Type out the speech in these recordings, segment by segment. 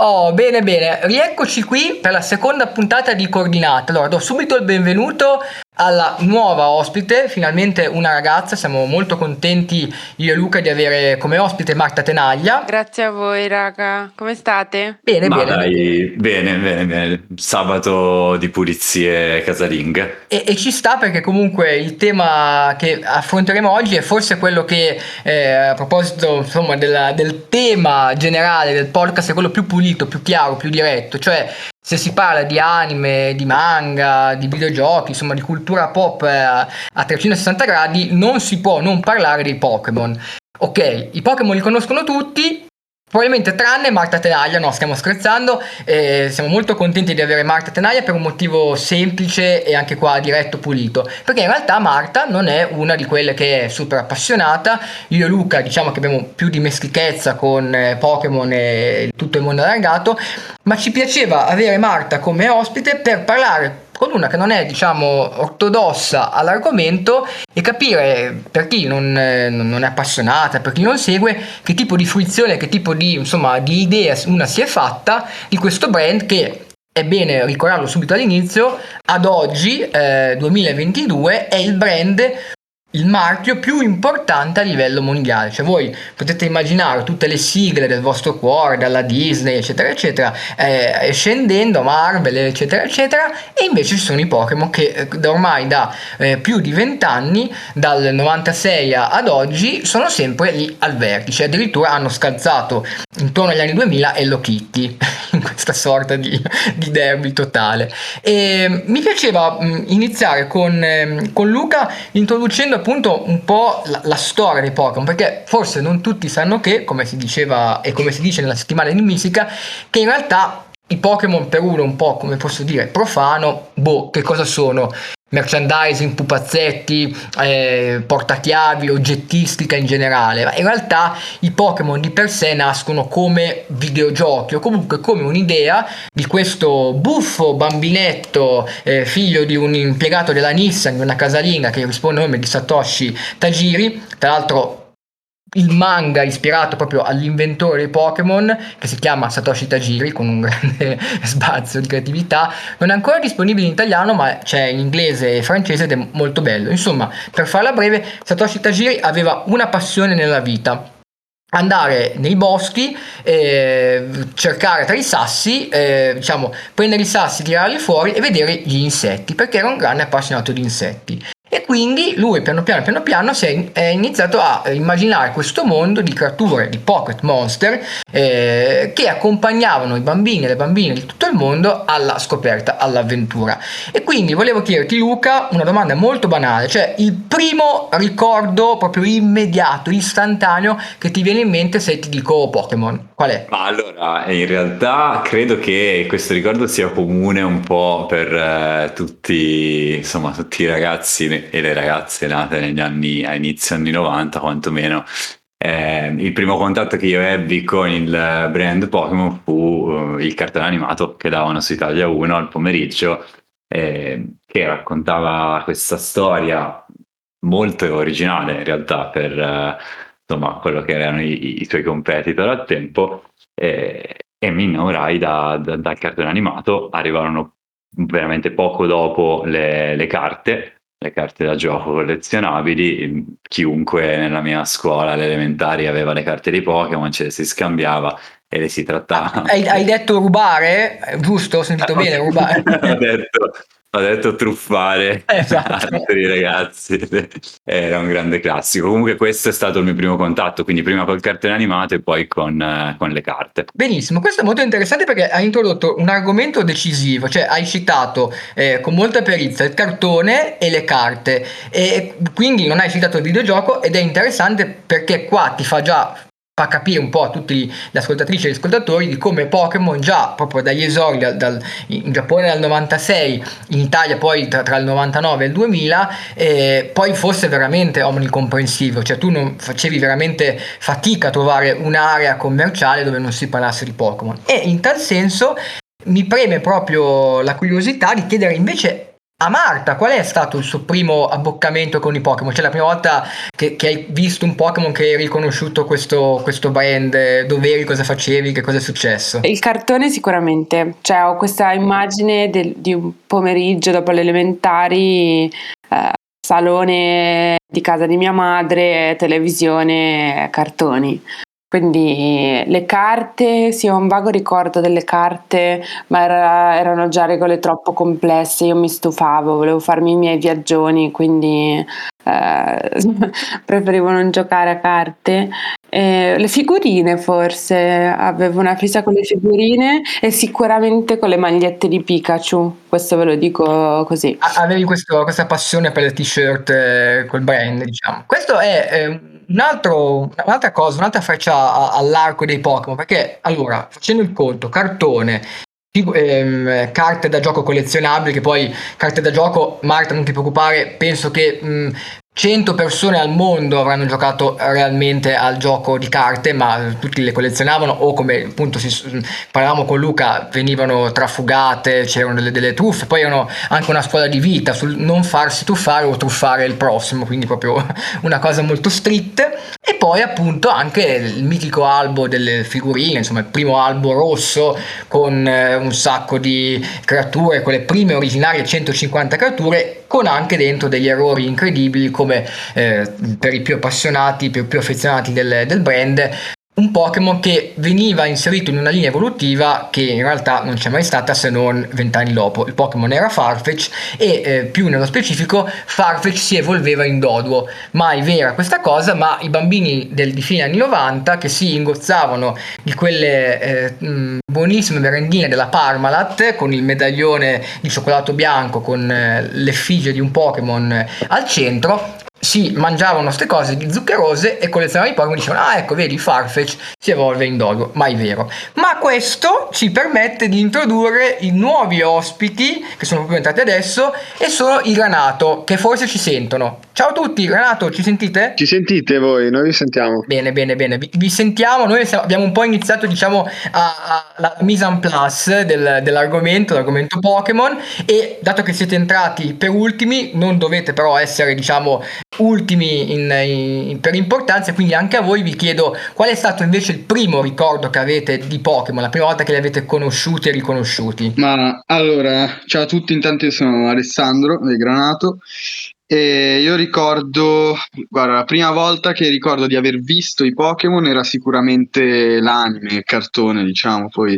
Oh, bene, bene, rieccoci qui per la seconda puntata di Coordinate. Allora, do subito il benvenuto alla nuova ospite, finalmente una ragazza. Siamo molto contenti io e Luca di avere come ospite Marta Tenaglia. Grazie a voi, raga. Come state? Bene, Ma bene. dai, bene, bene, bene. Sabato di pulizie casalinghe. E ci sta perché comunque il tema che affronteremo oggi è forse quello che, a proposito insomma del tema generale del podcast, è quello più pulito, più chiaro, più diretto, cioè se si parla di anime, di manga, di videogiochi, insomma di cultura pop a 360 gradi, non si può non parlare dei Pokémon. Ok, i Pokémon li conoscono tutti. Probabilmente tranne Marta Tenaglia, no, stiamo scherzando, siamo molto contenti di avere Marta Tenaglia per un motivo semplice e anche qua diretto, pulito, perché in realtà Marta non è una di quelle che è super appassionata. Io e Luca diciamo che abbiamo più dimestichezza con Pokémon e tutto il mondo allargato, ma ci piaceva avere Marta come ospite per parlare con una che non è, diciamo, ortodossa all'argomento e capire, per chi non è appassionata, per chi non segue, che tipo di fruizione, che tipo di, insomma, di idea una si è fatta di questo brand che, è bene ricordarlo subito all'inizio, ad oggi, 2022, è il marchio più importante a livello mondiale. Cioè voi potete immaginare tutte le sigle del vostro cuore, dalla Disney eccetera eccetera, scendendo Marvel eccetera eccetera, e invece ci sono i Pokémon che ormai da più di 20 anni, dal 96 ad oggi, sono sempre lì al vertice. Addirittura hanno scalzato intorno agli anni 2000 Hello Kitty in questa sorta di derby totale. E mi piaceva iniziare con Luca introducendo appunto un po' la storia dei Pokémon, perché forse non tutti sanno che, come si diceva e come si dice nella settimana di Mistica, che in realtà i Pokémon, per uno un po', come posso dire, profano, che cosa sono? Merchandising, pupazzetti, portachiavi, oggettistica in generale, ma in realtà i Pokémon di per sé nascono come videogiochi o comunque come un'idea di questo buffo bambinetto, figlio di un impiegato della Nissan, di una casalinga, che risponde al nome di Satoshi Tajiri. Tra l'altro il manga ispirato proprio all'inventore dei Pokémon, che si chiama Satoshi Tajiri, con un grande spazio di creatività. Non è ancora disponibile in italiano, ma c'è in inglese e francese ed è molto bello. Insomma, per farla breve, Satoshi Tajiri aveva una passione nella vita: andare nei boschi, cercare tra i sassi, diciamo, prendere i sassi, tirarli fuori e vedere gli insetti, perché era un grande appassionato di insetti. E quindi lui piano piano è iniziato a immaginare questo mondo di creature, di pocket monster, che accompagnavano i bambini e le bambine di tutto il mondo alla scoperta, all'avventura. E quindi volevo chiederti, Luca, una domanda molto banale, cioè il primo ricordo proprio immediato, istantaneo che ti viene in mente se ti dico Pokémon, qual è? Ma allora, in realtà credo che questo ricordo sia comune un po' per tutti, insomma, tutti i ragazzi e le ragazze nate negli anni, a inizio anni 90, quantomeno. Il primo contatto che io ebbi con il brand Pokémon fu il cartone animato che davano su Italia 1 al pomeriggio, che raccontava questa storia molto originale in realtà per insomma quello che erano i suoi competitor al tempo, e mi innamorai dal cartone animato. Arrivarono veramente poco dopo le carte da gioco collezionabili. Chiunque nella mia scuola, alle elementari, aveva le carte dei Pokémon, ce le si scambiava e le si trattava. Hai detto rubare? Giusto? Ho sentito bene, rubare. ho detto, ho detto truffare Esatto. altri ragazzi. Era un grande classico. Comunque questo è stato il mio primo contatto, quindi prima col cartone animato e poi con le carte. Benissimo, questo è molto interessante perché hai introdotto un argomento decisivo, cioè hai citato con molta perizia il cartone e le carte, e quindi non hai citato il videogioco, ed è interessante perché qua ti fa capire un po' a tutti gli ascoltatrici e gli ascoltatori di come Pokémon già proprio dagli esordi in Giappone dal 96, in Italia poi tra il 99 e il 2000, poi fosse veramente omnicomprensivo, cioè tu non facevi veramente fatica a trovare un'area commerciale dove non si parlasse di Pokémon. E in tal senso mi preme proprio la curiosità di chiedere invece a Marta, qual è stato il suo primo abboccamento con i Pokémon? Cioè la prima volta che hai visto un Pokémon, che hai riconosciuto questo brand, dove eri, cosa facevi, che cosa è successo? Il cartone sicuramente, cioè ho questa immagine di un pomeriggio dopo le elementari, salone di casa di mia madre, televisione, cartoni. Quindi le carte, sì, ho un vago ricordo delle carte, ma erano già regole troppo complesse, io mi stufavo, volevo farmi i miei viaggioni, quindi preferivo non giocare a carte. Le figurine forse, avevo una fissa con le figurine e sicuramente con le magliette di Pikachu, questo ve lo dico così. Avevi questa passione per le t-shirt col brand, diciamo. Questo è un'altra cosa, un'altra freccia all'arco dei Pokémon, perché allora, facendo il conto, cartone, carte da gioco collezionabili, che poi carte da gioco, Marta, non ti preoccupare, penso che 100 persone al mondo avranno giocato realmente al gioco di carte, ma tutti le collezionavano o, come appunto parlavamo con Luca, venivano trafugate, c'erano delle truffe, poi erano anche una scuola di vita sul non farsi truffare o truffare il prossimo, quindi proprio una cosa molto stritta. E poi appunto anche il mitico albo delle figurine, insomma il primo albo rosso con un sacco di creature, quelle prime originarie 150 creature, con anche dentro degli errori incredibili, come per i più appassionati, più affezionati del brand, un Pokémon che veniva inserito in una linea evolutiva che in realtà non c'è mai stata se non 20 anni dopo. Il Pokémon era Farfetch e più nello specifico Farfetch si evolveva in Doduo. Mai vera questa cosa, ma i bambini di fine anni 90 che si ingozzavano di quelle buonissime merendine della Parmalat con il medaglione di cioccolato bianco con l'effigie di un Pokémon al centro, si mangiavano queste cose di zuccherose e collezionavano i Pokémon e dicevano: ah, ecco, vedi, Farfetch si evolve in Dogo. Mai vero. Ma questo ci permette di introdurre i nuovi ospiti che sono proprio entrati adesso, e sono i Granato, che forse ci sentono. Ciao a tutti, Granato, ci sentite? Ci sentite voi? Noi vi sentiamo. Bene, bene, bene, vi sentiamo. Noi abbiamo un po' iniziato, diciamo, la mise en place l'argomento Pokémon, e dato che siete entrati per ultimi, non dovete però essere, diciamo, ultimi per importanza, quindi anche a voi vi chiedo qual è stato invece il primo ricordo che avete di Pokémon, la prima volta che li avete conosciuti e riconosciuti. Ma allora, ciao a tutti, intanto io sono Alessandro del Granato e io ricordo, guarda, la prima volta che ricordo di aver visto i Pokémon era sicuramente l'anime, il cartone, diciamo, poi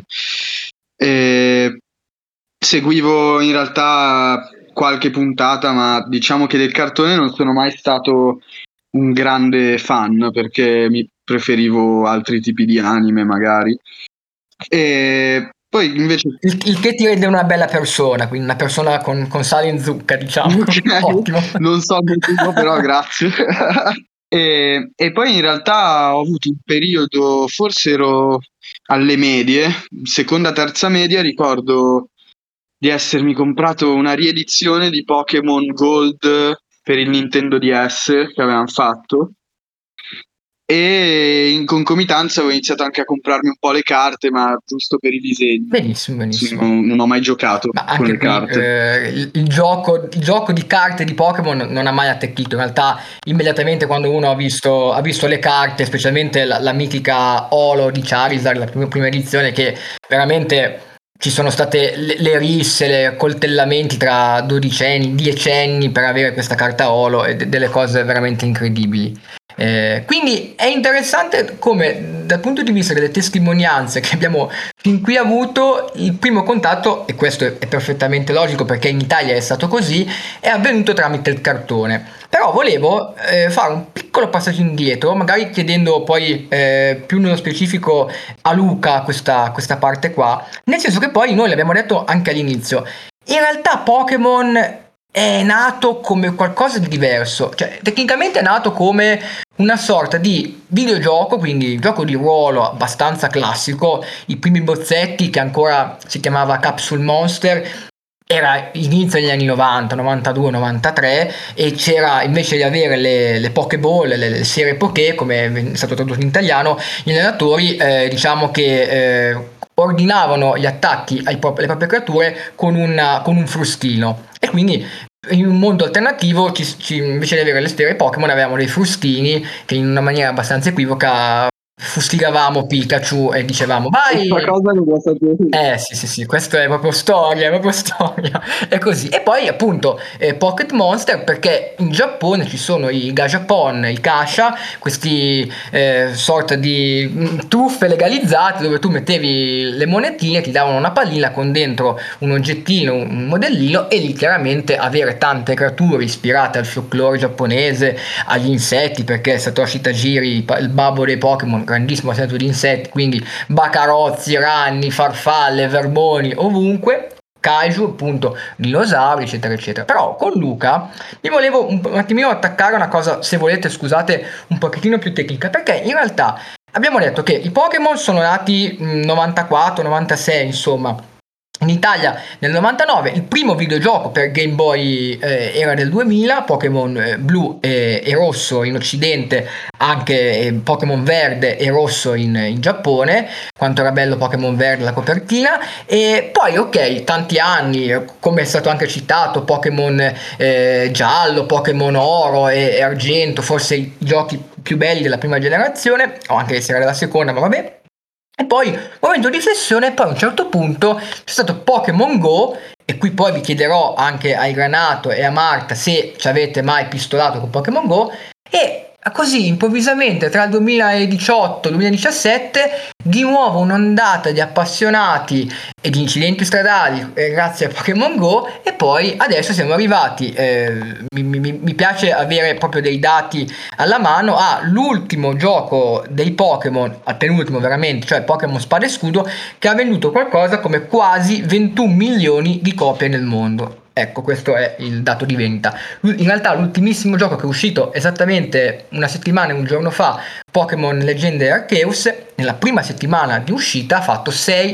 seguivo in realtà qualche puntata, ma diciamo che del cartone non sono mai stato un grande fan perché mi preferivo altri tipi di anime magari. E poi invece Il che ti rende una bella persona, quindi una persona con sale in zucca, diciamo. Ottimo. non so il motivo, però grazie. E poi in realtà ho avuto un periodo, forse ero alle medie, seconda, terza media, ricordo di essermi comprato una riedizione di Pokémon Gold per il Nintendo DS che avevano fatto, e in concomitanza avevo iniziato anche a comprarmi un po' le carte, ma giusto per i disegni. Benissimo, benissimo. Non ho mai giocato Ma con anche le qui carte. il gioco di carte di Pokémon non ha mai attecchito. In realtà, immediatamente quando uno ha visto le carte, specialmente la mitica Holo di Charizard, la prima edizione, che veramente ci sono state le risse, le coltellamenti tra dodicenni, diecenni per avere questa carta Holo, e delle cose veramente incredibili. Quindi è interessante come, dal punto di vista delle testimonianze che abbiamo fin qui avuto, il primo contatto, e questo è perfettamente logico perché in Italia è stato così, è avvenuto tramite il cartone. Però volevo fare un piccolo passaggio indietro, magari chiedendo poi più nello specifico a Luca questa parte qua, nel senso che poi noi l'abbiamo detto anche all'inizio, in realtà Pokémon è nato come qualcosa di diverso, cioè tecnicamente è nato come una sorta di videogioco, quindi gioco di ruolo abbastanza classico. I primi bozzetti, che ancora si chiamava Capsule Monster, era inizio degli anni 90, 92, 93, e c'era, invece di avere le Pokéball, le serie Poké, come è stato tradotto in italiano, gli allenatori diciamo che ordinavano gli attacchi alle proprie creature con un frustino. E quindi in un mondo alternativo invece di avere le sfere Pokémon avevamo dei frustini che in una maniera abbastanza equivoca fustigavamo Pikachu e dicevamo vai. Questa cosa non lo sapevo. Sì, questo è proprio storia, è così. E poi appunto Pocket Monster, perché in Giappone ci sono i Gashapon, i Kasha, questi sorta di truffe legalizzate dove tu mettevi le monetine, ti davano una pallina con dentro un oggettino, un modellino, e lì chiaramente avere tante creature ispirate al folklore giapponese, agli insetti, perché Satoshi Tajiri, il babbo dei Pokémon, grandissimo appassionato di insetti, quindi bacarozzi, ranni, farfalle, vermoni ovunque, kaiju, appunto, dinosauri, eccetera, eccetera. Però con Luca mi volevo un attimino attaccare a una cosa, se volete, scusate, un pochettino più tecnica, perché in realtà abbiamo detto che i Pokémon sono nati 94, 96, insomma. In Italia nel 99 il primo videogioco per Game Boy era del 2000, Pokémon blu e rosso in occidente, anche Pokémon verde e rosso in Giappone. Quanto era bello Pokémon verde, la copertina. E poi ok, tanti anni, come è stato anche citato, Pokémon giallo, Pokémon oro e argento, forse i giochi più belli della prima generazione, o anche se era della seconda, ma vabbè. E poi, momento di riflessione, poi a un certo punto c'è stato Pokémon Go, e qui poi vi chiederò anche ai Granato e a Marta se ci avete mai pistolato con Pokémon Go, e così improvvisamente tra il 2018 e il 2017 di nuovo un'ondata di appassionati e di incidenti stradali grazie a Pokémon Go, e poi adesso siamo arrivati, mi piace avere proprio dei dati alla mano, all'ultimo gioco dei Pokémon, a penultimo veramente, cioè Pokémon Spada e Scudo, che ha venduto qualcosa come quasi 21 milioni di copie nel mondo. Ecco, questo è il dato di vendita. In realtà l'ultimissimo gioco che è uscito esattamente una settimana e un giorno fa, Pokémon Leggende Arceus, nella prima settimana di uscita ha fatto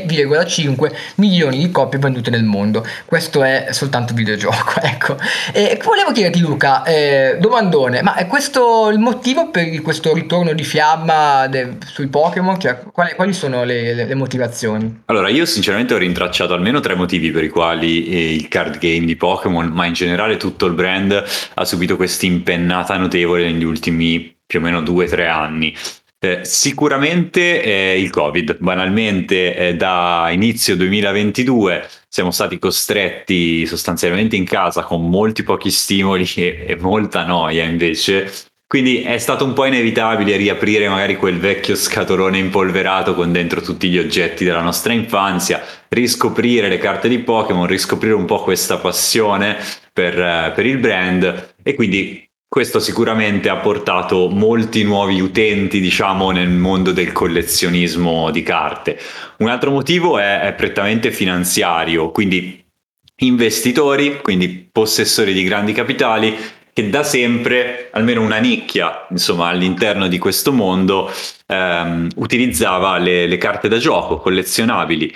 6,5 milioni di copie vendute nel mondo. Questo è soltanto il videogioco, ecco. E volevo chiederti, Luca, domandone, ma è questo il motivo per questo ritorno di fiamma sui Pokémon? Cioè, quali sono le motivazioni? Allora, io sinceramente ho rintracciato almeno 3 motivi per i quali il card game di Pokémon, ma in generale tutto il brand, ha subito questa impennata notevole negli ultimi più o meno 2 o 3 anni. Sicuramente il Covid, banalmente da inizio 2022 siamo stati costretti sostanzialmente in casa con molti pochi stimoli e molta noia invece. Quindi è stato un po' inevitabile riaprire magari quel vecchio scatolone impolverato con dentro tutti gli oggetti della nostra infanzia, riscoprire le carte di Pokémon, riscoprire un po' questa passione per il brand, e quindi questo sicuramente ha portato molti nuovi utenti, diciamo, nel mondo del collezionismo di carte. Un altro motivo è prettamente finanziario, quindi investitori, quindi possessori di grandi capitali, che da sempre, almeno una nicchia, insomma, all'interno di questo mondo, utilizzava le carte da gioco collezionabili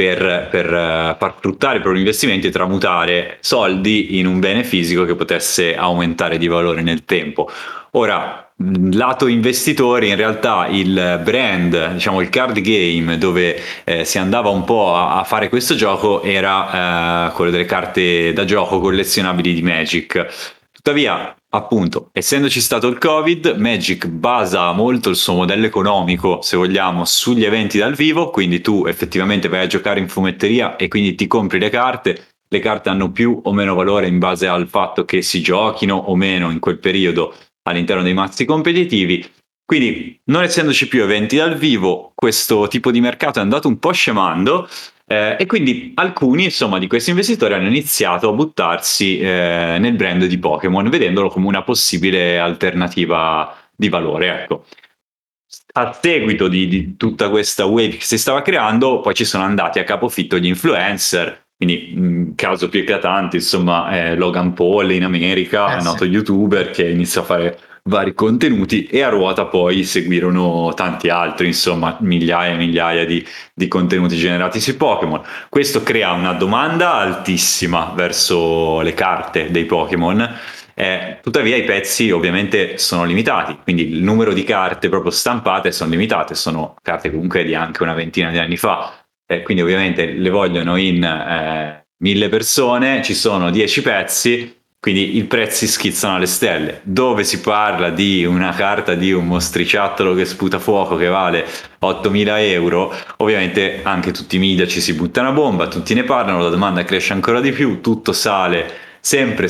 per far fruttare i propri investimenti e tramutare soldi in un bene fisico che potesse aumentare di valore nel tempo. Ora, lato investitori, in realtà il brand, diciamo il card game dove si andava un po' a fare questo gioco era quello delle carte da gioco collezionabili di Magic. Tuttavia, appunto, essendoci stato il Covid, Magic basa molto il suo modello economico, se vogliamo, sugli eventi dal vivo, quindi tu effettivamente vai a giocare in fumetteria e quindi ti compri le carte hanno più o meno valore in base al fatto che si giochino o meno in quel periodo all'interno dei mazzi competitivi. Quindi, non essendoci più eventi dal vivo, questo tipo di mercato è andato un po' scemando, e quindi alcuni, insomma, di questi investitori hanno iniziato a buttarsi nel brand di Pokémon, vedendolo come una possibile alternativa di valore, ecco. A seguito di tutta questa wave che si stava creando, poi ci sono andati a capofitto gli influencer, quindi caso più eclatante, insomma, Logan Paul in America, Sì. noto youtuber che inizia a fare vari contenuti, e a ruota poi seguirono tanti altri, insomma, migliaia e migliaia di contenuti generati sui Pokémon. Questo crea una domanda altissima verso le carte dei Pokémon. Tuttavia i pezzi ovviamente sono limitati, quindi il numero di carte proprio stampate sono limitate, sono carte comunque di anche una ventina di anni fa, quindi ovviamente le vogliono in 1000 persone, ci sono 10 pezzi, quindi i prezzi schizzano alle stelle. Dove si parla di una carta di un mostriciattolo che sputa fuoco che vale 8.000 euro, ovviamente anche tutti i media ci si buttano a bomba, tutti ne parlano, la domanda cresce ancora di più, tutto sale sempre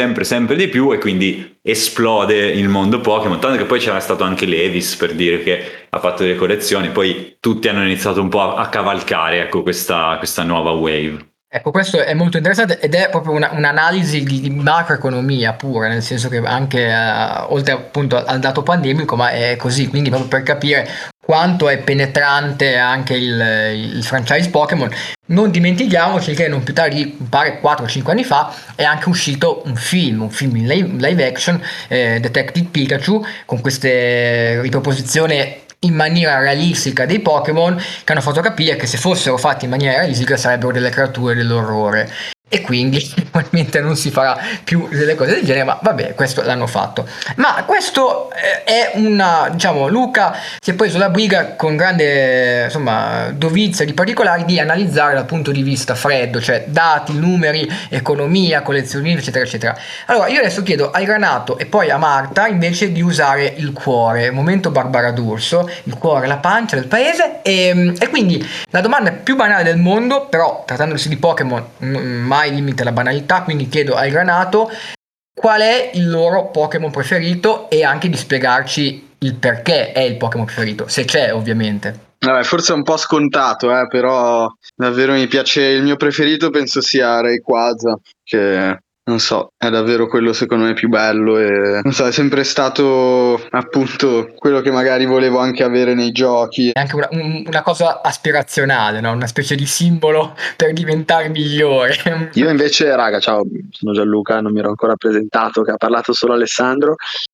di più e quindi esplode il mondo Pokémon, tanto che poi c'era stato anche Levis per dire che ha fatto delle collezioni, poi tutti hanno iniziato un po' a cavalcare, ecco, questa nuova wave. Ecco, questo è molto interessante ed è proprio un'analisi di macroeconomia pura, nel senso che anche oltre appunto al dato pandemico, ma è così, quindi proprio per capire quanto è penetrante anche il franchise Pokémon. Non dimentichiamoci che non più tardi, mi pare 4-5 anni fa, è anche uscito un film in live action, Detective Pikachu, con queste riproposizioni in maniera realistica dei Pokémon, che hanno fatto capire che se fossero fatti in maniera realistica sarebbero delle creature dell'orrore. E quindi probabilmente non si farà più delle cose del genere, ma vabbè, questo l'hanno fatto. Ma questo è una, diciamo, Luca si è preso la briga con grande, insomma, dovizia di particolari di analizzare dal punto di vista freddo, cioè dati, numeri, economia, collezionismo, eccetera, eccetera. Allora, io adesso chiedo a Granato e poi a Marta invece di usare il cuore, momento Barbara D'Urso, il cuore, la pancia del paese, e quindi la domanda più banale del mondo, però trattandosi di Pokémon mai limite alla banalità, quindi chiedo al Granato qual è il loro Pokémon preferito e anche di spiegarci il perché è il Pokémon preferito, se c'è ovviamente. Vabbè, forse è un po' scontato, però davvero mi piace, il mio preferito penso sia Rayquaza, che non so, è davvero quello secondo me più bello e non so, è sempre stato appunto quello che magari volevo anche avere nei giochi. È anche una cosa aspirazionale, no? Una specie di simbolo per diventare migliore. Io invece, raga, ciao, sono Gianluca, non mi ero ancora presentato, che ha parlato solo Alessandro.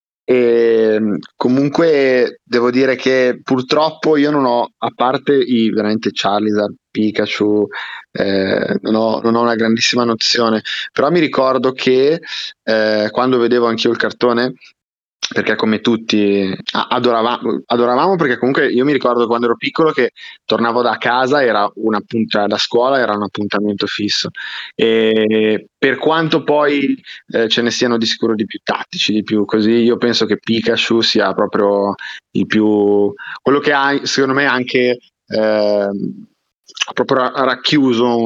E comunque devo dire che purtroppo io non ho, a parte i veramente Charizard, Pikachu, non ho una grandissima nozione, però mi ricordo che quando vedevo anch'io il cartone, perché come tutti adoravamo, perché comunque io mi ricordo quando ero piccolo che tornavo da casa, era cioè da scuola era un appuntamento fisso, e per quanto poi ce ne siano di sicuro di più tattici, di più così, io penso che Pikachu sia proprio il più, quello che ha secondo me anche proprio racchiuso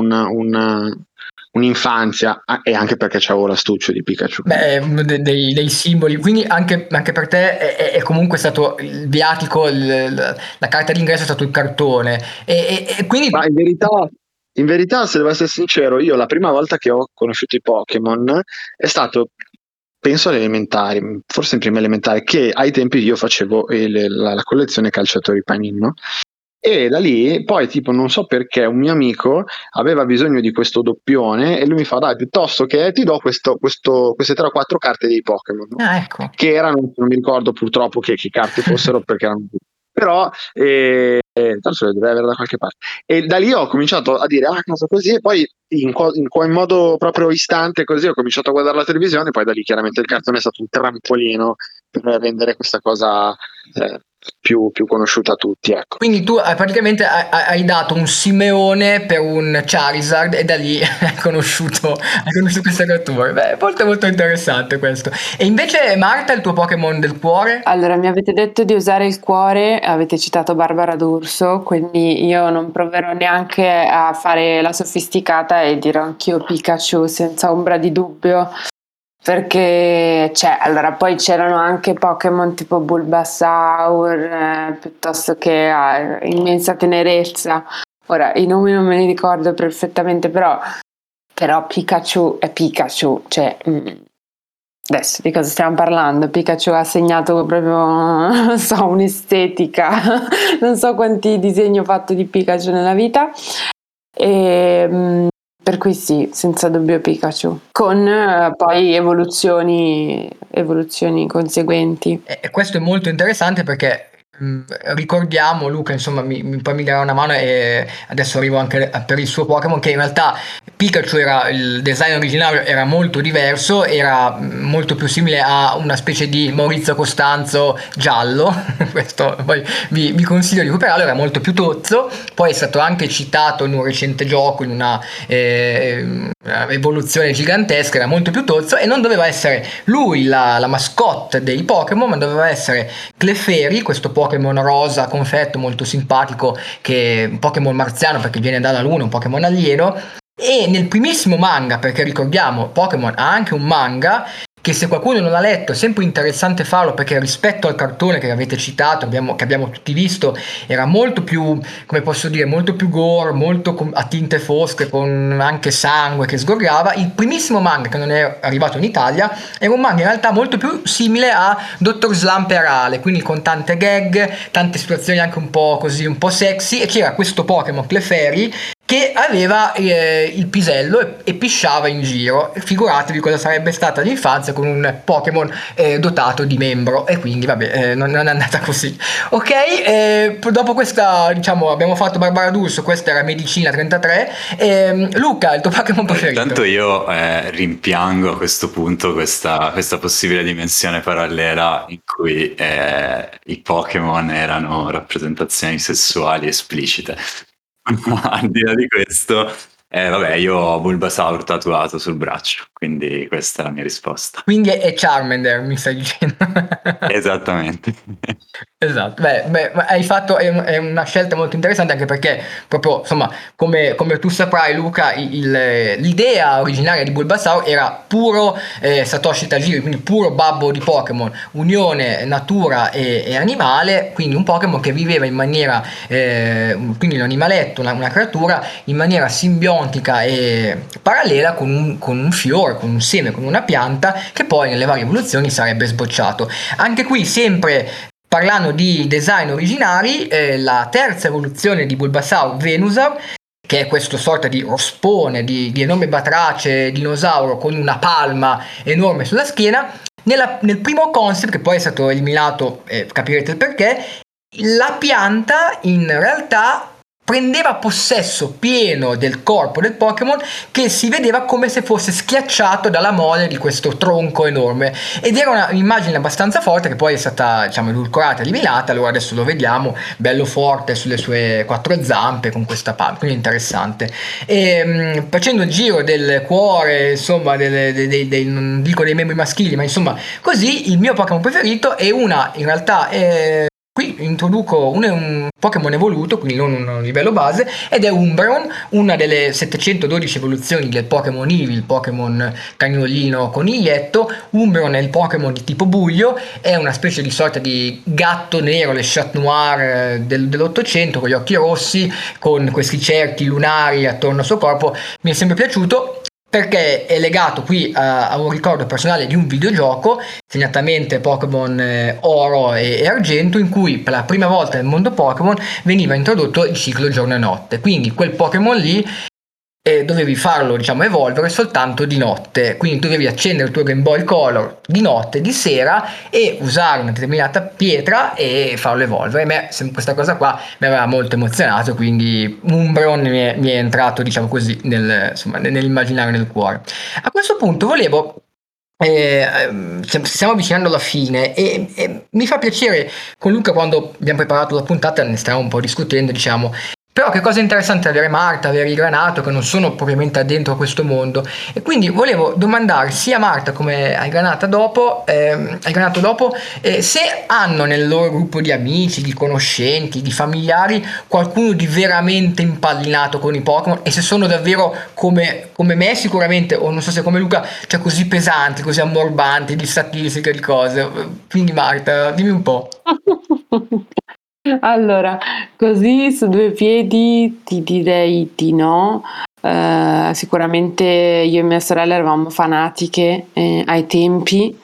un'infanzia, e anche perché c'avevo l'astuccio di Pikachu. Beh, è uno dei simboli, quindi anche per te è comunque stato il viatico, la carta d'ingresso è stato il cartone. E quindi... Ma in verità, se devo essere sincero, io la prima volta che ho conosciuto i Pokémon è stato, penso alle elementari, forse in prima elementare, che ai tempi io facevo la collezione calciatori Panini, no? E da lì poi tipo non so perché un mio amico aveva bisogno di questo doppione e lui mi fa: dai, piuttosto che ti do queste 3 o 4 carte dei Pokémon, no? ecco. Che erano, non mi ricordo purtroppo che carte fossero perché erano, però tanto le dovrei avere da qualche parte, e da lì ho cominciato a dire cosa così, e poi in modo proprio istante così ho cominciato a guardare la televisione, poi da lì chiaramente il cartone è stato un trampolino per rendere questa cosa più conosciuta a tutti, ecco. Quindi tu praticamente hai dato un Simeone per un Charizard e da lì hai conosciuto queste creature. Beh, molto molto interessante questo. E invece Marta, il tuo Pokémon del cuore? Allora, mi avete detto di usare il cuore, avete citato Barbara D'Urso, quindi io non proverò neanche a fare la sofisticata e dirò anch'io Pikachu senza ombra di dubbio. Perché allora poi c'erano anche Pokémon tipo Bulbasaur, piuttosto che immensa tenerezza. Ora i nomi non me li ricordo perfettamente, però Pikachu è Pikachu, adesso di cosa stiamo parlando? Pikachu ha segnato proprio, non so, un'estetica, non so quanti disegni ho fatto di Pikachu nella vita, e per cui sì, senza dubbio Pikachu, con poi evoluzioni conseguenti. E questo è molto interessante perché ricordiamo, Luca, insomma, poi mi darà una mano, e adesso arrivo anche per il suo Pokémon, che in realtà Pikachu il design originario era molto diverso, era molto più simile a una specie di Maurizio Costanzo giallo, questo poi vi consiglio di recuperarlo, era molto più tozzo, poi è stato anche citato in un recente gioco, in una evoluzione gigantesca, era molto più tozzo, e non doveva essere lui la mascotte dei Pokémon, ma doveva essere Clefairy, questo Pokémon rosa confetto molto simpatico, che è un Pokémon marziano perché viene dalla luna, un Pokémon alieno. E nel primissimo manga, perché ricordiamo, Pokémon ha anche un manga, che se qualcuno non l'ha letto è sempre interessante farlo, perché rispetto al cartone che avete citato, che abbiamo tutti visto, era molto più, come posso dire, molto più gore, molto a tinte fosche, con anche sangue che sgorgava. Il primissimo manga, che non è arrivato in Italia, era un manga in realtà molto più simile a Dr. Slump Reale, quindi con tante gag, tante situazioni anche un po' così, un po' sexy, e c'era questo Pokémon Clefairy che aveva il pisello e pisciava in giro. Figuratevi cosa sarebbe stata l'infanzia con un Pokémon dotato di membro, e quindi vabbè, non è andata così. Ok, dopo questa, diciamo, abbiamo fatto Barbara D'Urso, questa era Medicina 33. Luca, il tuo Pokémon preferito? Intanto io rimpiango a questo punto questa possibile dimensione parallela in cui i Pokémon erano rappresentazioni sessuali esplicite. Al di là di questo, vabbè, io ho Bulbasaur tatuato sul braccio, quindi questa è la mia risposta. Quindi è Charmander, mi stai dicendo? Esattamente. Esatto, beh, ma hai fatto, è una scelta molto interessante, anche perché proprio, insomma, come tu saprai, Luca, l'idea originaria di Bulbasaur era puro Satoshi Tajiri, quindi puro babbo di Pokémon, unione natura e animale, quindi un Pokémon che viveva in maniera, quindi un animaletto, una creatura, in maniera simbiontica e parallela con un fiore, con un seme, con una pianta, che poi nelle varie evoluzioni sarebbe sbocciato. Anche qui sempre parlando di design originari, la terza evoluzione di Bulbasaur, Venusaur, che è questo sorta di rospone, di enorme batrace dinosauro con una palma enorme sulla schiena, nel primo concept, che poi è stato eliminato, capirete il perché, la pianta in realtà prendeva possesso pieno del corpo del Pokémon, che si vedeva come se fosse schiacciato dalla mole di questo tronco enorme, ed era un'immagine abbastanza forte, che poi è stata, diciamo, edulcorata, eliminata. Allora adesso lo vediamo bello forte sulle sue 4 zampe con questa palma, quindi interessante. E facendo il giro del cuore, insomma, non dico dei membri maschili, ma insomma così, il mio Pokémon preferito è in realtà qui introduco un Pokémon evoluto, quindi non un livello base, ed è Umbreon, una delle 712 evoluzioni del Pokémon Eevee, il Pokémon cagnolino coniglietto. Umbreon è il Pokémon di tipo buio, è una specie di sorta di gatto nero, le Chat Noir dell'Ottocento, con gli occhi rossi, con questi cerchi lunari attorno al suo corpo. Mi è sempre piaciuto, perché è legato qui a un ricordo personale di un videogioco, segnatamente Pokémon Oro e Argento, in cui per la prima volta nel mondo Pokémon veniva introdotto il ciclo giorno e notte. Quindi quel Pokémon lì dovevi farlo, diciamo, evolvere soltanto di notte, quindi dovevi accendere il tuo Game Boy Color di notte, di sera, e usare una determinata pietra e farlo evolvere. Questa cosa qua mi aveva molto emozionato, quindi Umbreon mi è entrato, diciamo così, nell'immaginario, nel cuore. A questo punto volevo stiamo avvicinando alla fine, e mi fa piacere, con Luca, quando abbiamo preparato la puntata ne stavamo un po' discutendo, diciamo. Però che cosa interessante avere Marta, avere il Granato, che non sono propriamente addentro a questo mondo, e quindi volevo domandare sia a Marta come al Granato dopo, se hanno nel loro gruppo di amici, di conoscenti, di familiari, qualcuno di veramente impallinato con i Pokémon, e se sono davvero come me sicuramente, o non so se come Luca, cioè così pesanti, così ammorbanti di statistica, di cose. Quindi Marta, dimmi un po'. Allora, così su due piedi ti direi di no. Sicuramente io e mia sorella eravamo fanatiche ai tempi.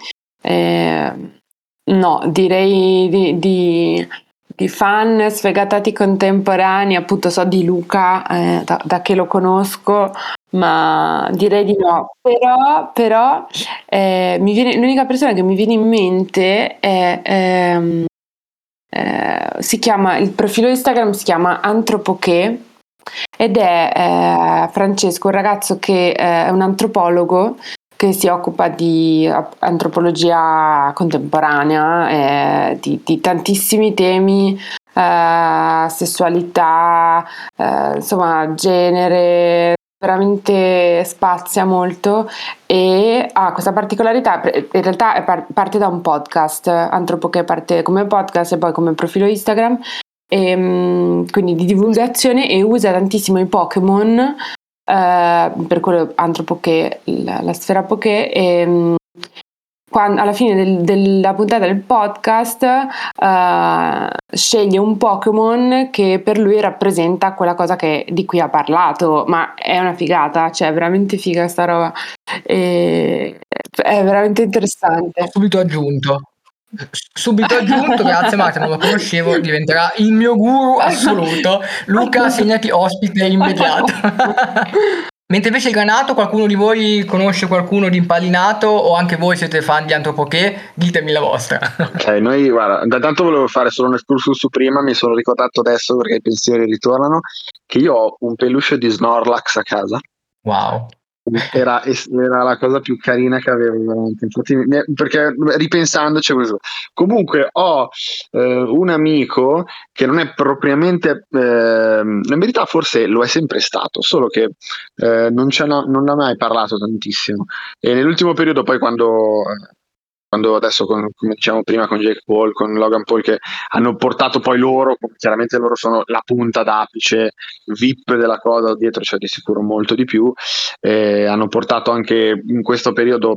No, direi di fan sfegatati contemporanei, appunto so di Luca, da che lo conosco, ma direi di no. Però l'unica persona che mi viene in mente è il profilo Instagram si chiama Antropoché ed è Francesco, un ragazzo che è un antropologo che si occupa di antropologia contemporanea, di tantissimi temi, sessualità, insomma genere, veramente spazia molto e ha questa particolarità. In realtà parte da un podcast, Antropoché parte come podcast e poi come profilo Instagram, quindi di divulgazione, e usa tantissimo i Pokémon, per quello Antropoché, la sfera Poké, e alla fine della puntata del podcast sceglie un Pokémon che per lui rappresenta quella cosa di cui ha parlato, ma è una figata, cioè è veramente figa sta roba, è veramente interessante. Subito aggiunto, grazie Marta, non lo conoscevo, diventerà il mio guru assoluto. Luca, segnati ospite immediato. Mentre invece il Granato, qualcuno di voi conosce qualcuno di Impallinato o anche voi siete fan di Antropoché? Ditemi la vostra. Ok, noi guarda, da tanto volevo fare solo un excursus su prima, mi sono ricordato adesso perché i pensieri ritornano, che io ho un peluche di Snorlax a casa. Wow. Era la cosa più carina che avevo veramente. Infatti, perché ripensandoci, comunque ho un amico che non è propriamente, in verità forse lo è sempre stato, solo che non ha mai parlato tantissimo, e nell'ultimo periodo poi quando adesso, come diciamo prima, con Jake Paul, con Logan Paul, che hanno portato poi loro, chiaramente loro sono la punta d'apice VIP della cosa, dietro c'è di sicuro molto di più, hanno portato anche in questo periodo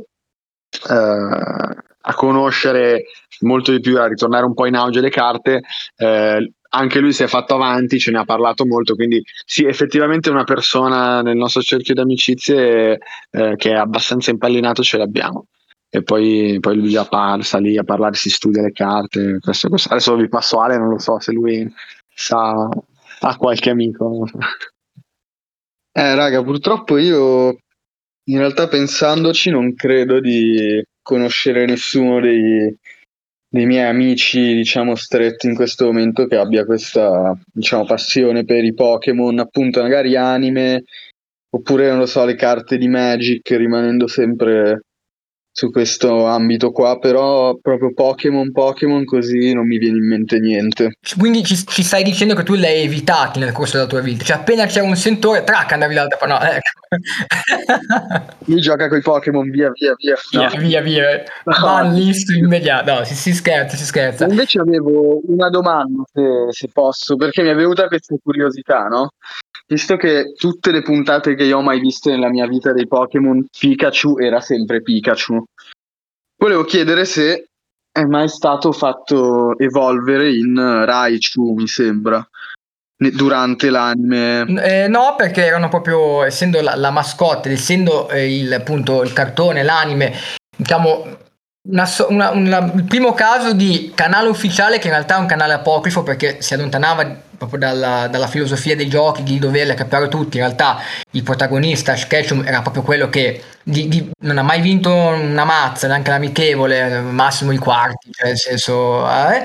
a conoscere molto di più, a ritornare un po' in auge le carte. Anche lui si è fatto avanti, ce ne ha parlato molto, quindi sì, effettivamente una persona nel nostro cerchio di amicizie che è abbastanza impallinato ce l'abbiamo. E poi lui sta lì a parlare, si studia le carte, questo. Adesso vi passo Ale, non lo so se lui ha qualche amico. Raga, purtroppo io in realtà, pensandoci, non credo di conoscere nessuno dei miei amici, diciamo, stretti in questo momento che abbia questa, diciamo, passione per i Pokémon, appunto, magari anime, oppure, non lo so, le carte di Magic, rimanendo sempre su questo ambito qua, però proprio Pokémon così non mi viene in mente niente. Quindi ci stai dicendo che tu li hai evitati nel corso della tua vita, cioè appena c'era un sentore, trac, andavi dall'altra parte, no, ecco. Lui gioca coi Pokémon, via. Via. Ban list immediato, no, si scherza. Invece avevo una domanda, se posso, perché mi è venuta questa curiosità, no? Visto che tutte le puntate che io ho mai visto nella mia vita dei Pokémon, Pikachu era sempre Pikachu. Volevo chiedere se è mai stato fatto evolvere in Raichu, mi sembra, durante l'anime. No, perché erano proprio, essendo la mascotte, essendo appunto il cartone, l'anime, diciamo il primo caso di canale ufficiale, che in realtà è un canale apocrifo perché si allontanava proprio dalla filosofia dei giochi, di doverli capiare tutti. In realtà il protagonista, Ash Ketchum, era proprio quello che non ha mai vinto una mazza, neanche l'amichevole, massimo i quarti, cioè nel senso,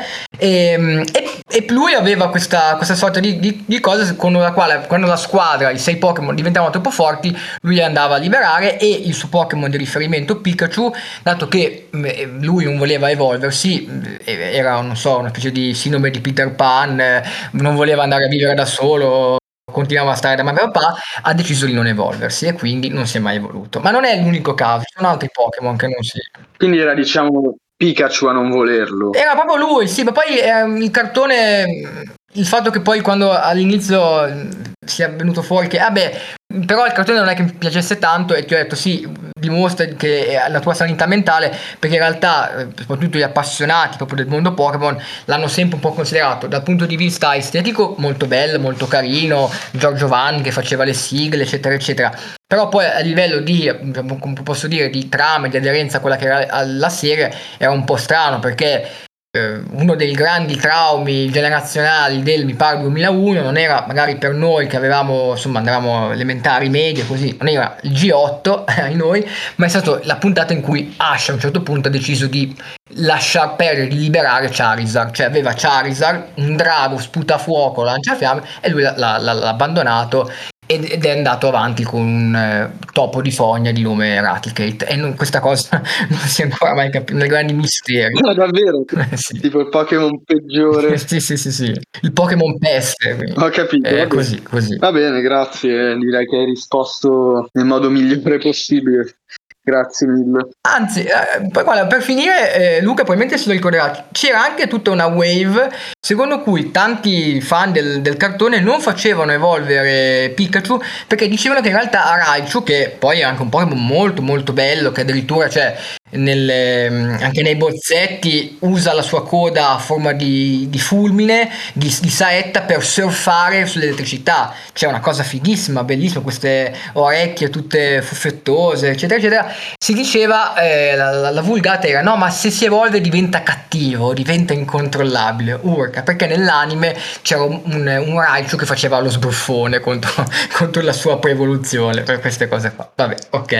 e lui aveva questa sorta di cosa con la quale, quando la squadra, i 6 Pokémon diventavano troppo forti, lui andava a liberare, e il suo Pokémon di riferimento Pikachu, dato che lui non voleva evolversi, era, non so, una specie di sindrome di Peter Pan, non voleva andare a vivere da solo, continuava a stare da mamma e papà, ha deciso di non evolversi e quindi non si è mai evoluto. Ma non è l'unico caso, ci sono altri Pokémon che non si... Quindi era, diciamo, Pikachu a non volerlo. Era proprio lui, sì, ma poi il cartone, il fatto che poi quando all'inizio sia venuto fuori che, però il cartone non è che mi piacesse tanto, e ti ho detto sì, dimostra che la tua sanità mentale, perché in realtà soprattutto gli appassionati proprio del mondo Pokémon l'hanno sempre un po' considerato dal punto di vista estetico molto bello, molto carino, Giorgio Vanni che faceva le sigle, eccetera eccetera, però poi a livello di, come posso dire, di trama e di aderenza a quella che era la serie, era un po' strano, perché uno dei grandi traumi generazionali del, mi pare, 2001 non era magari per noi che avevamo, insomma, andavamo elementari, medie, così, non era il G8 ai noi, ma è stata la puntata in cui Ash a un certo punto ha deciso di lasciar perdere, di liberare Charizard, cioè aveva Charizard, un drago sputafuoco, lanciafiamme, e lui l'ha abbandonato ed è andato avanti con un topo di fogna di nome Raticate, e questa cosa non si è ancora mai capito, nei grandi misteri. No, davvero? Sì. Tipo il Pokémon peggiore. Sì. Il Pokémon peste, quindi. Ho capito, va bene. Così. Va bene, grazie. Direi che hai risposto nel modo migliore possibile. Grazie mille. Anzi, poi guarda, per finire, Luca probabilmente se lo ricorderà, c'era anche tutta una wave secondo cui tanti fan del cartone non facevano evolvere Pikachu perché dicevano che in realtà Raichu, che poi è anche un Pokémon molto molto bello, che addirittura anche nei bozzetti usa la sua coda a forma di fulmine, di saetta per surfare sull'elettricità. C'è una cosa fighissima, bellissima, queste orecchie tutte fuffettose, eccetera, eccetera. Si diceva, la vulgata era: no, ma se si evolve diventa cattivo, diventa incontrollabile. Urca, perché nell'anime c'era un Raichu che faceva lo sbruffone contro la sua pre-evoluzione, per queste cose qua. Vabbè,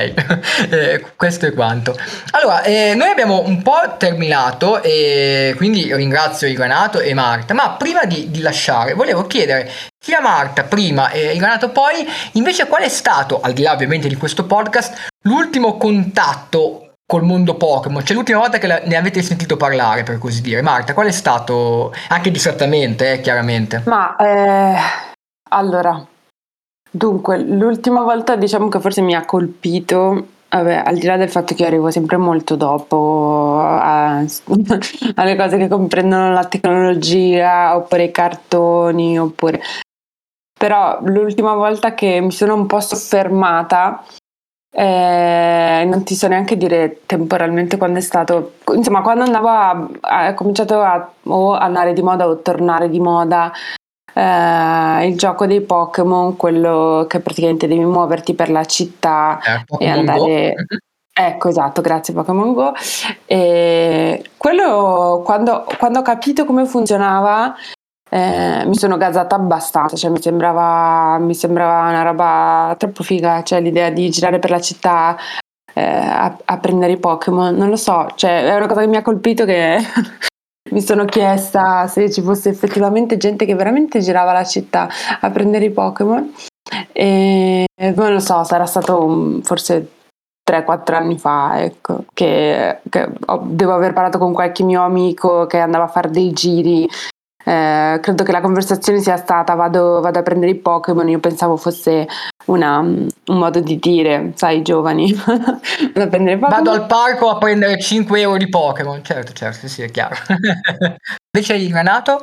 ok. Questo è quanto. Allora, noi abbiamo un po' terminato, e quindi ringrazio Iranato e Marta, ma prima di lasciare volevo chiedere sia Marta prima e Iranato poi, invece, qual è stato, al di là ovviamente di questo podcast, l'ultimo contatto col mondo Pokémon, cioè l'ultima volta che ne avete sentito parlare, per così dire. Marta, qual è stato, anche distrattamente, chiaramente? Ma allora, dunque, l'ultima volta diciamo che forse mi ha colpito, vabbè, al di là del fatto che io arrivo sempre molto dopo alle cose che comprendono la tecnologia, oppure i cartoni, oppure... Però l'ultima volta che mi sono un po' soffermata, non ti so neanche dire temporalmente quando è stato, insomma, quando andavo ha cominciato a andare di moda o tornare di moda il gioco dei Pokémon, quello che praticamente devi muoverti per la città e andare... Go. Ecco, esatto, grazie Pokémon Go. E quello, quando ho capito come funzionava, mi sono gasata abbastanza, cioè mi sembrava una roba troppo figa, cioè l'idea di girare per la città a prendere i Pokémon, non lo so, cioè è una cosa che mi ha colpito, che mi sono chiesta se ci fosse effettivamente gente che veramente girava la città a prendere i Pokémon, e non lo so, sarà stato forse 3-4 anni fa, ecco, che devo aver parlato con qualche mio amico che andava a fare dei giri. Credo che la conversazione sia stata: vado a prendere i Pokémon. Io pensavo fosse un modo di dire, sai, giovani, vado a prendere i Pokémon. Vado al parco a prendere 5 euro di Pokémon. Certo, sì, è chiaro. Invece il Renato?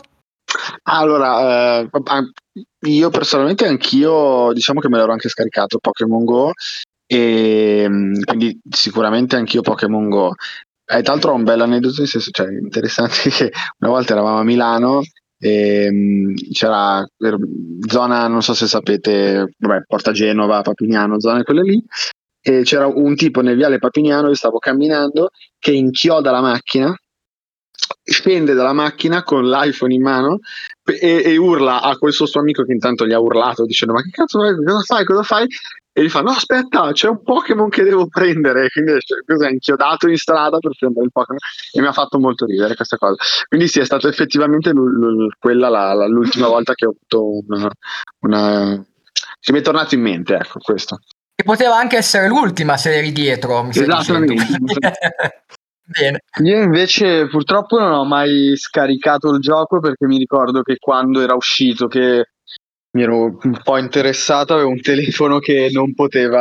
Allora, io personalmente anch'io, diciamo che me l'ero anche scaricato Pokémon Go, e quindi sicuramente anch'io Pokémon Go. Tra l'altro ho un bel aneddoto, nel senso, cioè, interessante, che una volta eravamo a Milano e c'era zona, non so se sapete, vabbè, Porta Genova, Papignano, zone quelle lì, e c'era un tipo nel viale Papignano, io stavo camminando, che inchioda la macchina, scende dalla macchina con l'iPhone in mano e urla a quel suo amico, che intanto gli ha urlato dicendo: ma che cazzo fai, cosa fai? E gli fa: no, aspetta, c'è un Pokémon che devo prendere. Quindi è inchiodato in strada per prendere il Pokémon, e mi ha fatto molto ridere questa cosa. Quindi sì, è stato effettivamente quella l'ultima volta che ho avuto una che mi è tornato in mente, ecco, questo. Che poteva anche essere l'ultima se eri dietro, mi stai dicendo. Bene. Io invece purtroppo non ho mai scaricato il gioco, perché mi ricordo che quando era uscito, che mi ero un po' interessato, avevo un telefono che non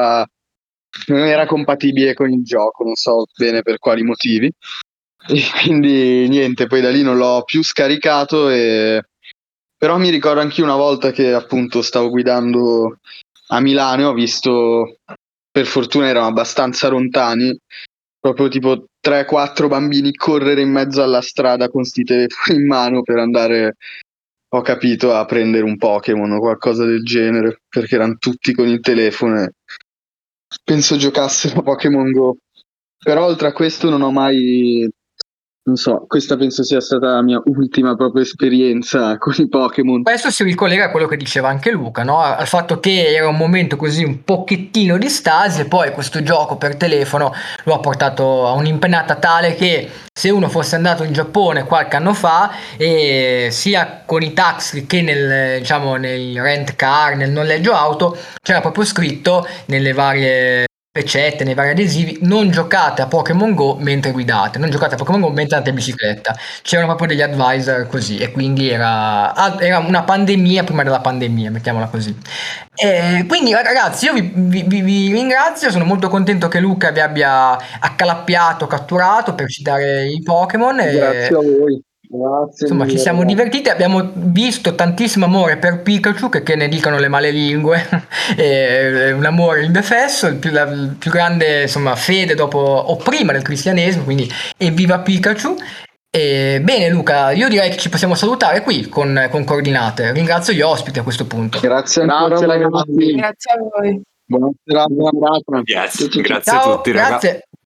era compatibile con il gioco, non so bene per quali motivi, e quindi niente, poi da lì non l'ho più scaricato. Però mi ricordo anche una volta che appunto stavo guidando a Milano e ho visto, per fortuna erano abbastanza lontani, proprio tipo 3-4 bambini correre in mezzo alla strada con sti telefoni in mano per andare, ho capito, a prendere un Pokémon o qualcosa del genere, perché erano tutti con il telefono e penso giocassero a Pokémon Go. Però oltre a questo non ho mai non so, questa penso sia stata la mia ultima proprio esperienza con i Pokémon. Questo si ricollega a quello che diceva anche Luca, no? Al fatto che era un momento così un pochettino di stasi e poi questo gioco per telefono lo ha portato a un'impennata tale che se uno fosse andato in Giappone qualche anno fa, sia con i taxi che nei rent car, nel noleggio auto, c'era proprio scritto nelle varie ricette, nei vari adesivi: non giocate a Pokémon Go mentre guidate, non giocate a Pokémon Go mentre andate in bicicletta. C'erano proprio degli advisor così, e quindi era una pandemia prima della pandemia, mettiamola così. Quindi ragazzi, io vi ringrazio, sono molto contento che Luca vi abbia accalappiato, catturato, per citare i Pokémon. Grazie a voi. Grazie Insomma, ci mille, siamo ragazzi. divertiti, abbiamo visto tantissimo amore per Pikachu, che ne dicano le malelingue, un amore indefesso, il più grande, insomma, fede dopo o prima del cristianesimo, quindi evviva Pikachu. Bene Luca, io direi che ci possiamo salutare qui con coordinate. Ringrazio gli ospiti a questo punto. Grazie ancora, Grazie, ragazzi. ragazzi. Grazie a voi. Buona serata. Grazie, Ciao, ciao. grazie a Ciao, tutti, ragazzi. grazie.